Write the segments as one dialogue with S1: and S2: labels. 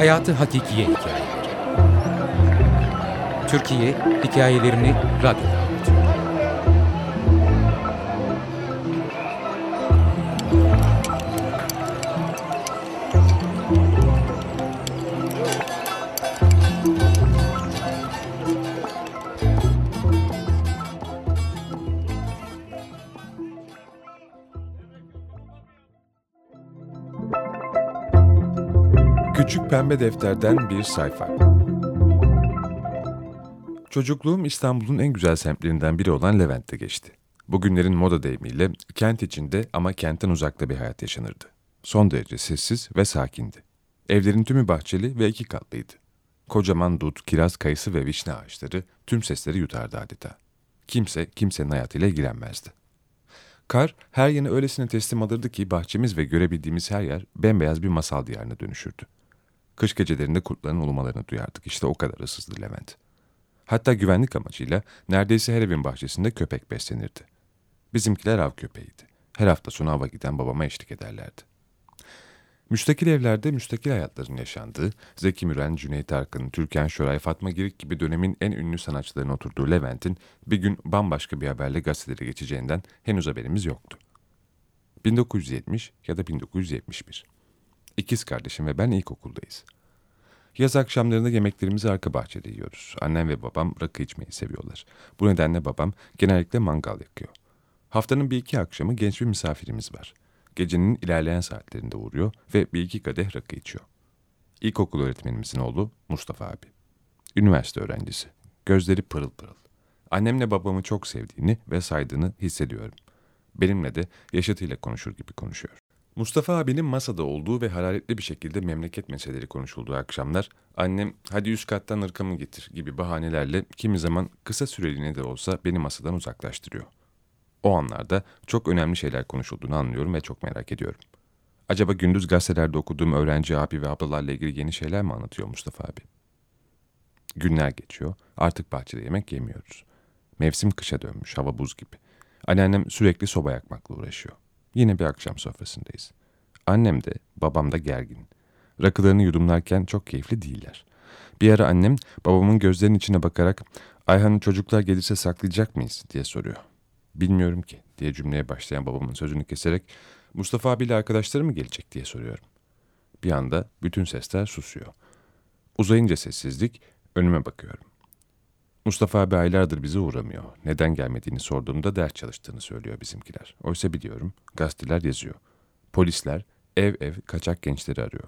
S1: Hayatı hakikiye hikayeleri. Türkiye hikayelerini radyoda anlatıyor.
S2: Küçük Pembe Defter'den bir sayfa. Çocukluğum İstanbul'un en güzel semtlerinden biri olan Levent'te geçti. Bugünlerin moda deyimiyle kent içinde ama kentten uzakta bir hayat yaşanırdı. Son derece sessiz ve sakindi. Evlerin tümü bahçeli ve 2 katlıydı. Kocaman dut, kiraz, kayısı ve vişne ağaçları tüm sesleri yutardı adeta. Kimse kimsenin hayatıyla ilgilenmezdi. Kar her yana öylesine teslim alırdı ki bahçemiz ve görebildiğimiz her yer bembeyaz bir masal diyarına dönüşürdü. Kış gecelerinde kurtların ulumalarını duyardık. İşte o kadar ıssızdı Levent. Hatta güvenlik amacıyla neredeyse her evin bahçesinde köpek beslenirdi. Bizimkiler av köpeğiydi. Her hafta sonu ava giden babama eşlik ederlerdi. Müstakil evlerde müstakil hayatların yaşandığı, Zeki Müren, Cüneyt Arkın, Türkan Şoray, Fatma Girik gibi dönemin en ünlü sanatçılarının oturduğu Levent'in bir gün bambaşka bir haberle gazetelere geçeceğinden henüz haberimiz yoktu. 1970 ya da 1971. İkiz kardeşim ve ben ilkokuldayız. Yaz akşamlarında yemeklerimizi arka bahçede yiyoruz. Annem ve babam rakı içmeyi seviyorlar. Bu nedenle babam genellikle mangal yakıyor. Haftanın bir iki akşamı genç bir misafirimiz var. Gecenin ilerleyen saatlerinde uğruyor ve bir iki kadeh rakı içiyor. İlkokul öğretmenimizin oğlu Mustafa abi. Üniversite öğrencisi. Gözleri pırıl pırıl. Annemle babamı çok sevdiğini ve saydığını hissediyorum. Benimle de yaşıtıyla konuşur gibi konuşuyor. Mustafa abinin masada olduğu ve hararetli bir şekilde memleket meseleleri konuşulduğu akşamlar annem hadi üst kattan ırkamı getir gibi bahanelerle kimi zaman kısa süreliğine de olsa beni masadan uzaklaştırıyor. O anlarda çok önemli şeyler konuşulduğunu anlıyorum ve çok merak ediyorum. Acaba gündüz gazetelerde okuduğum öğrenci abi ve ablalarla ilgili yeni şeyler mi anlatıyor Mustafa abi? Günler geçiyor, artık bahçede yemek yemiyoruz. Mevsim kışa dönmüş, hava buz gibi. Anneannem sürekli soba yakmakla uğraşıyor. Yine bir akşam sofrasındayız. Annem de babam da gergin. Rakılarını yudumlarken çok keyifli değiller. Bir ara annem babamın gözlerinin içine bakarak "Ayhan çocuklar gelirse saklayacak mıyız?" diye soruyor. "Bilmiyorum ki" diye cümleye başlayan babamın sözünü keserek "Mustafa abiyle arkadaşları mı gelecek?" diye soruyorum. Bir anda bütün sesler susuyor. Uzayınca sessizlik, önüme bakıyorum. Mustafa abi aylardır bize uğramıyor. Neden gelmediğini sorduğumda ders çalıştığını söylüyor bizimkiler. Oysa biliyorum, gazeteler yazıyor. Polisler ev ev kaçak gençleri arıyor.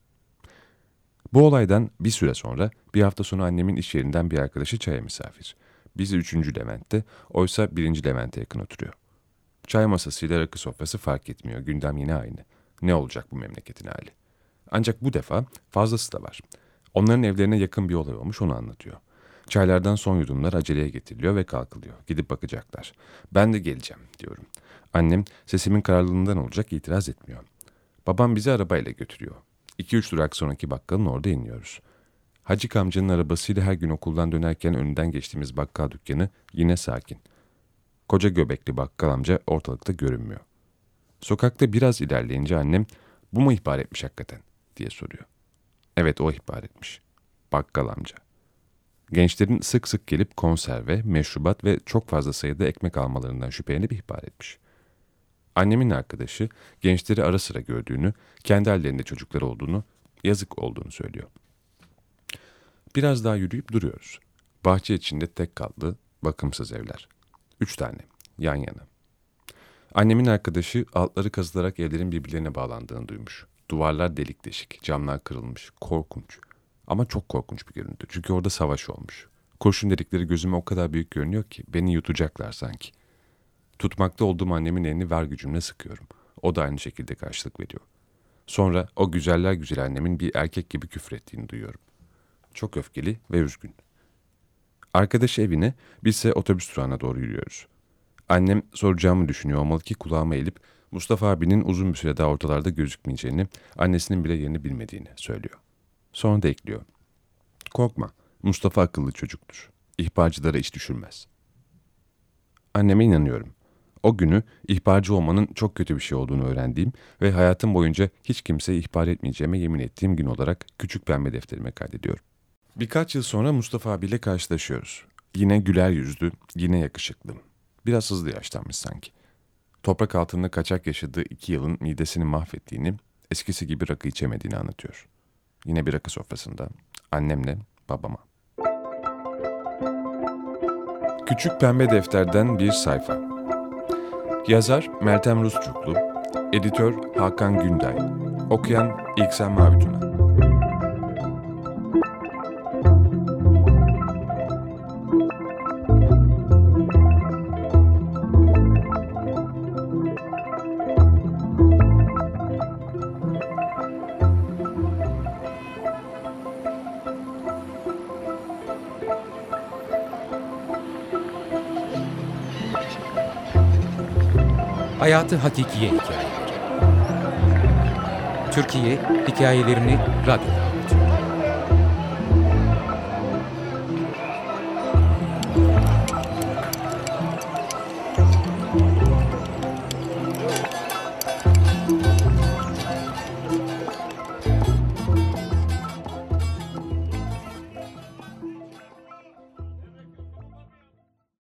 S2: Bu olaydan bir süre sonra bir hafta sonu annemin iş yerinden bir arkadaşı çaya misafir. Biz 3. Levent'te, oysa 1. Levent'e yakın oturuyor. Çay masasıyla rakı sofrası fark etmiyor. Gündem yine aynı. Ne olacak bu memleketin hali? Ancak bu defa fazlası da var. Onların evlerine yakın bir olay olmuş, onu anlatıyor. Çaylardan son yudumlar aceleye getiriliyor ve kalkılıyor. Gidip bakacaklar. "Ben de geleceğim" diyorum. Annem sesimin kararlılığından olacak itiraz etmiyor. Babam bizi arabayla götürüyor. 2-3 durak sonraki bakkalın orada iniyoruz. Hacı amcanın arabasıyla her gün okuldan dönerken önünden geçtiğimiz bakkal dükkanı yine sakin. Koca göbekli bakkal amca ortalıkta görünmüyor. Sokakta biraz ilerleyince annem "Bu mu ihbar etmiş hakikaten?" diye soruyor. Evet, o ihbar etmiş. Bakkal amca. Gençlerin sık sık gelip konserve, meşrubat ve çok fazla sayıda ekmek almalarından şüphelenip ihbar etmiş. Annemin arkadaşı gençleri ara sıra gördüğünü, kendi hallerinde çocukları olduğunu, yazık olduğunu söylüyor. Biraz daha yürüyüp duruyoruz. Bahçe içinde tek katlı, bakımsız evler. 3 tane, yan yana. Annemin arkadaşı altları kazılarak evlerin birbirlerine bağlandığını duymuş. Duvarlar delik deşik, camlar kırılmış, korkunç. Ama çok korkunç bir görüntü. Çünkü orada savaş olmuş. Kurşun delikleri gözüme o kadar büyük görünüyor ki beni yutacaklar sanki. Tutmakta olduğum annemin elini ver gücümle sıkıyorum. O da aynı şekilde karşılık veriyor. Sonra o güzeller güzel annemin bir erkek gibi küfrettiğini duyuyorum. Çok öfkeli ve üzgün. Arkadaşı evine, bizse otobüs durağına doğru yürüyoruz. Annem soracağımı düşünüyor olmalı ki kulağıma eğilip Mustafa abinin uzun bir süre daha ortalarda gözükmeyeceğini, annesinin bile yerini bilmediğini söylüyor. Sonra da ekliyor. "Korkma, Mustafa akıllı çocuktur. İhbarcılara iş düşürmez." Anneme inanıyorum. O günü ihbarcı olmanın çok kötü bir şey olduğunu öğrendiğim ve hayatım boyunca hiç kimseye ihbar etmeyeceğime yemin ettiğim gün olarak küçük pembe defterime kaydediyorum. Birkaç yıl sonra Mustafa abiyle karşılaşıyoruz. Yine güler yüzlü, yine yakışıklı. Biraz hızlı yaşlanmış sanki. Toprak altında kaçak yaşadığı 2 yılın midesini mahvettiğini, eskisi gibi rakı içemediğini anlatıyor. Yine bir rakı sofrasında, annemle babama. Küçük Pembe Defter'den bir sayfa. Yazar Meltem Rusçuklu, editör Hakan Günday, okuyan İlksen Mavituna.
S1: Hayatı Hakikiye Hikayeleri. Türkiye hikayelerini radyoda.